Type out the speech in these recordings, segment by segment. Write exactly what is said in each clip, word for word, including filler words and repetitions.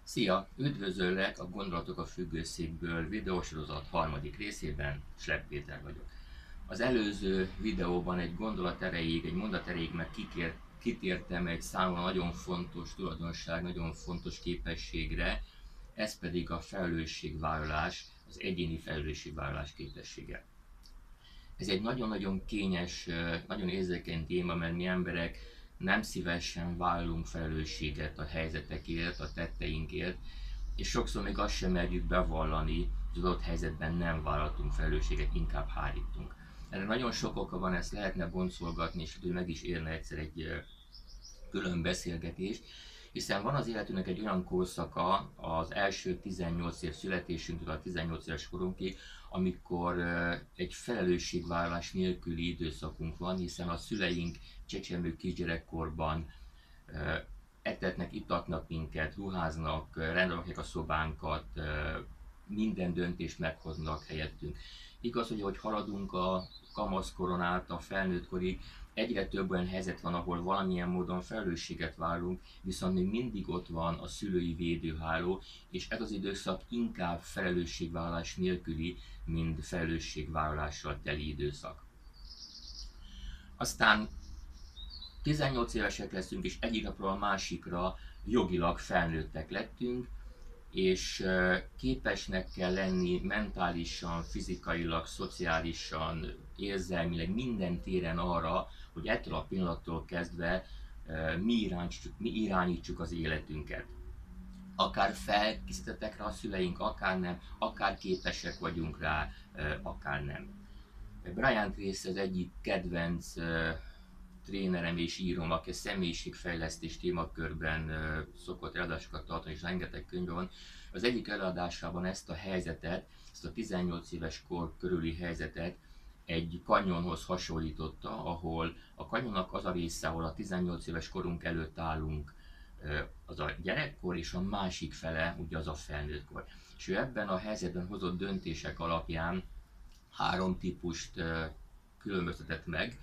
Szia! Üdvözöllek a Gondolatok a függőszékből videósorozat harmadik részében, Slepp Péter vagyok. Az előző videóban egy gondolat erejéig, egy mondat erejéig meg kikér, kitértem egy számomra nagyon fontos tulajdonság, nagyon fontos képességre, ez pedig a felelősségvállalás, az egyéni felelősségvállalás képessége. Ez egy nagyon-nagyon kényes, nagyon érzékeny téma, mert mi emberek nem szívesen vállalunk felelősséget a helyzetekért, a tetteinkért, és sokszor még azt sem merjük bevallani, hogy az adott helyzetben nem vállaltunk felelősséget, inkább hárítunk. Erre nagyon sok oka van, ezt lehetne boncolgatni, és hogy meg is érne egyszer egy külön beszélgetést, hiszen van az életünknek egy olyan korszaka, az első tizennyolc év születésünktől a tizennyolc éves korunkig, amikor egy felelősségvállalás nélküli időszakunk van, hiszen a szüleink csecsemő kisgyerekkorban etetnek, itatnak minket, ruháznak, rendrakják a szobánkat, minden döntést meghoznak helyettünk. Igaz, hogy ahogy haladunk a kamaszkoron át a felnőttkorig, egyre több olyan helyzet van, ahol valamilyen módon felelősséget vállalunk, viszont még mindig ott van a szülői védőháló, és ez az időszak inkább felelősségvállalás nélküli, mint felelősségvállalással teli időszak. Aztán tizennyolc évesek leszünk, és egyik napról a másikra jogilag felnőttek lettünk, és képesnek kell lenni mentálisan, fizikailag, szociálisan, érzelmileg, minden téren arra, hogy ettől a pillanattól kezdve mi irányítsuk, mi irányítsuk az életünket. Akár felkészítettek rá a szüleink, akár nem, akár képesek vagyunk rá, akár nem. Brian Tracy az egyik kedvenc trénerem és írom, aki a személyiségfejlesztés témakörben szokott előadásokat tartani, és rengeteg könyve van. Az egyik előadásában ezt a helyzetet, ezt a tizennyolc éves kor körüli helyzetet egy kanyonhoz hasonlította, ahol a kanyonnak az a része, ahol a tizennyolc éves korunk előtt állunk, az a gyerekkor, és a másik fele, ugye az a felnőttkor. És ő ebben a helyzetben hozott döntések alapján három típust különböztetett meg.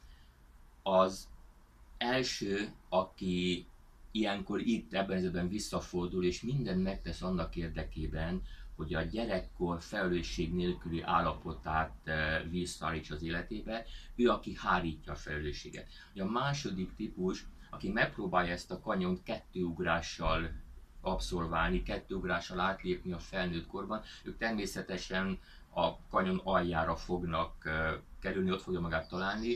Az első, aki ilyenkor itt ebben az esetben visszafordul, és mindent megtesz annak érdekében, hogy a gyerekkor felelősség nélküli állapotát visszaállítsa az életébe, ő, aki hárítja a felelősséget. A második típus, aki megpróbálja ezt a kanyont kettőugrással abszolválni, kettőugrással átlépni a felnőtt korban, ők természetesen a kanyon aljára fognak kerülni, ott fogja magát találni.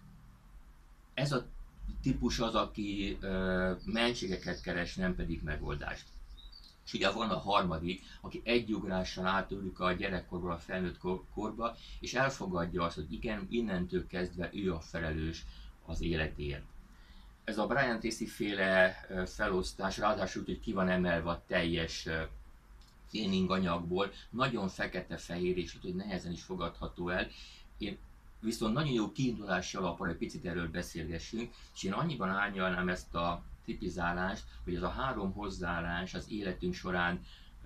Ez a típus az, aki ö, mentségeket keres, nem pedig megoldást. És ugye van a harmadik, aki egy ugrással átülik a gyerekkorból a felnőtt korba, és elfogadja azt, hogy igen, innentől kezdve ő a felelős az életéért. Ez a Brian Tracy féle felosztás, ráadásul úgy, hogy ki van emelve a teljes tréning anyagból, nagyon fekete-fehér, és úgy, hogy nehezen is fogadható el. Én viszont nagyon jó kiindulási alapra, egy picit erről beszélgessünk, és én annyiban árnyalnám ezt a tipizálást, hogy ez a három hozzáállás az életünk során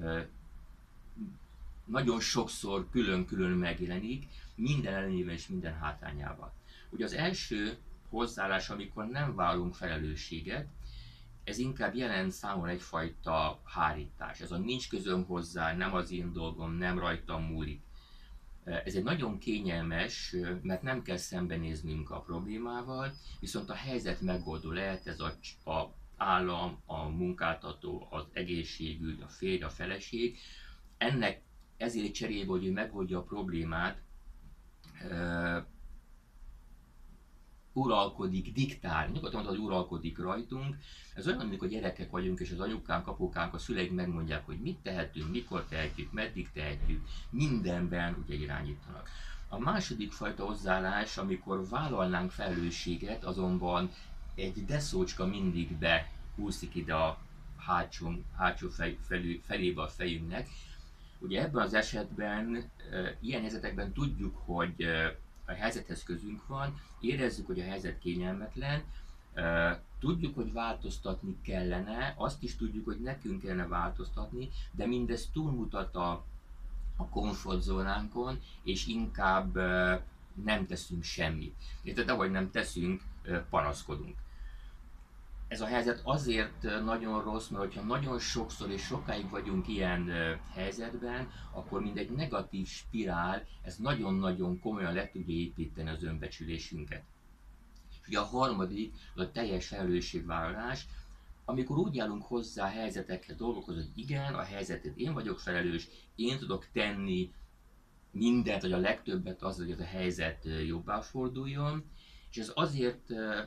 nagyon sokszor külön-külön megjelenik, minden előnyével és minden hátrányával. Ugye az első hozzáállás, amikor nem vállalunk felelősséget, ez inkább jelent számomra egyfajta hárítás. Ez a nincs közöm hozzá, nem az én dolgom, nem rajtam múlik. Ez egy nagyon kényelmes, mert nem kell szembenéznünk a problémával, viszont a helyzet megoldó lehet, ez a, a állam, a munkáltató, az egészségügy, a férj, a feleség. Ennek ezért cserébe, hogy ő megoldja a problémát, uh, uralkodik, diktál, nyugodtan mondod, hogy uralkodik rajtunk. Ez olyan, amikor gyerekek vagyunk, és az anyukánk, apukánk, a szüleink megmondják, hogy mit tehetünk, mikor tehetjük, meddig tehetjük, mindenben ugye irányítanak. A második fajta hozzáállás, amikor vállalnánk felelősséget, azonban egy deszócska mindig behúszik ide a hátsó, hátsó fej, felül, felébe a fejünknek. Ugye ebben az esetben, e, ilyen helyzetekben tudjuk, hogy e, a helyzethez közünk van, érezzük, hogy a helyzet kényelmetlen, tudjuk, hogy változtatni kellene, azt is tudjuk, hogy nekünk kellene változtatni, de mindez túlmutat a, a komfortzónánkon, és inkább nem teszünk semmit. Tehát ahogy nem teszünk, panaszkodunk. Ez a helyzet azért nagyon rossz, mert hogyha nagyon sokszor és sokáig vagyunk ilyen helyzetben, akkor mind egy negatív spirál, ez nagyon-nagyon komolyan le tudja építeni az önbecsülésünket. És ugye a harmadik, a teljes felelősségvállalás, amikor úgy állunk hozzá a helyzetekhez, dolgokhoz, hogy igen, a helyzetet én vagyok felelős, én tudok tenni mindent, vagy a legtöbbet az, hogy ez a helyzet jobbá forduljon, és ez azért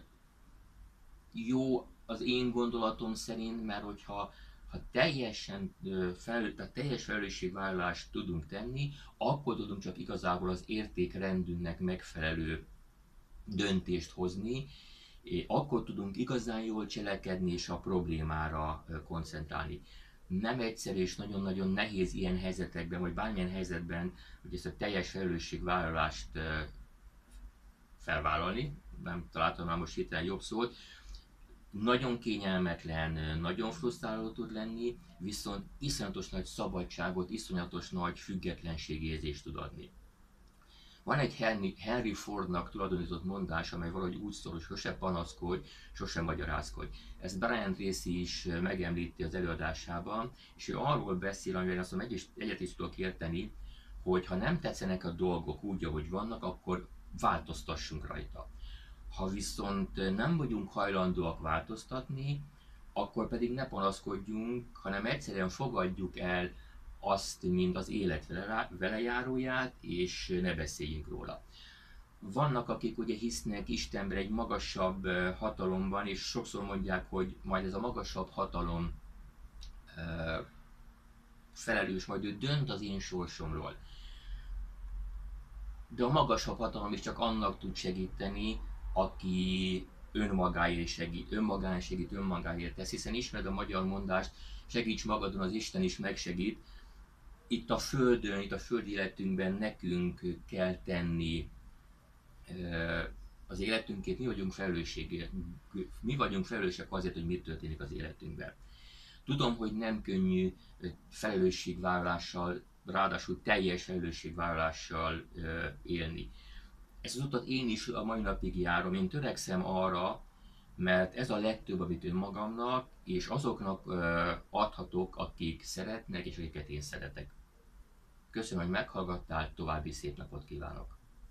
jó az én gondolatom szerint, mert hogyha ha teljesen felelő, tehát teljes felelősségvállalást tudunk tenni, akkor tudunk csak igazából az értékrendünknek megfelelő döntést hozni, akkor tudunk igazán jól cselekedni és a problémára koncentrálni. Nem egyszerű és nagyon-nagyon nehéz ilyen helyzetekben, vagy bármilyen helyzetben, hogy ezt a teljes felelősségvállalást felvállalni, nem találtam már most hirtelen jobb szót, nagyon kényelmetlen, nagyon frusztráló tud lenni, viszont iszonyatos nagy szabadságot, iszonyatos nagy függetlenségérzést tud adni. Van egy Henry, Henry Fordnak tulajdonított mondás, amely valahogy úgy szól, hogy sose panaszkodj, sose magyarázkodj. Ezt Brian Tracy is megemlíti az előadásában, és ő arról beszél, amivel azt mondom, egyet is tudok érteni, hogy ha nem tetszenek a dolgok úgy, ahogy vannak, akkor változtassunk rajta. Ha viszont nem vagyunk hajlandóak változtatni, akkor pedig ne panaszkodjunk, hanem egyszerűen fogadjuk el azt, mint az élet velejáróját, és ne beszéljünk róla. Vannak, akik ugye hisznek Istenben egy magasabb hatalomban, és sokszor mondják, hogy majd ez a magasabb hatalom felelős, majd ő dönt az én sorsomról. De a magasabb hatalom is csak annak tud segíteni, aki önmagáért segít, önmagán segít, önmagáért tesz, hiszen ismered a magyar mondást, segíts magadon, az Isten is megsegít. Itt a Földön, itt a földi életünkben nekünk kell tenni az életünkét, mi vagyunk felelősségért, mi vagyunk felelősek azért, hogy mi történik az életünkben. Tudom, hogy nem könnyű felelősségvállalással, ráadásul teljes felelősségvállalással élni. Ezt az utat én is a mai napig járom, én törekszem arra, mert ez a legtöbb, amit önmagamnak és azoknak adhatok, akik szeretnek és akiket én szeretek. Köszönöm, hogy meghallgattál, további szép napot kívánok!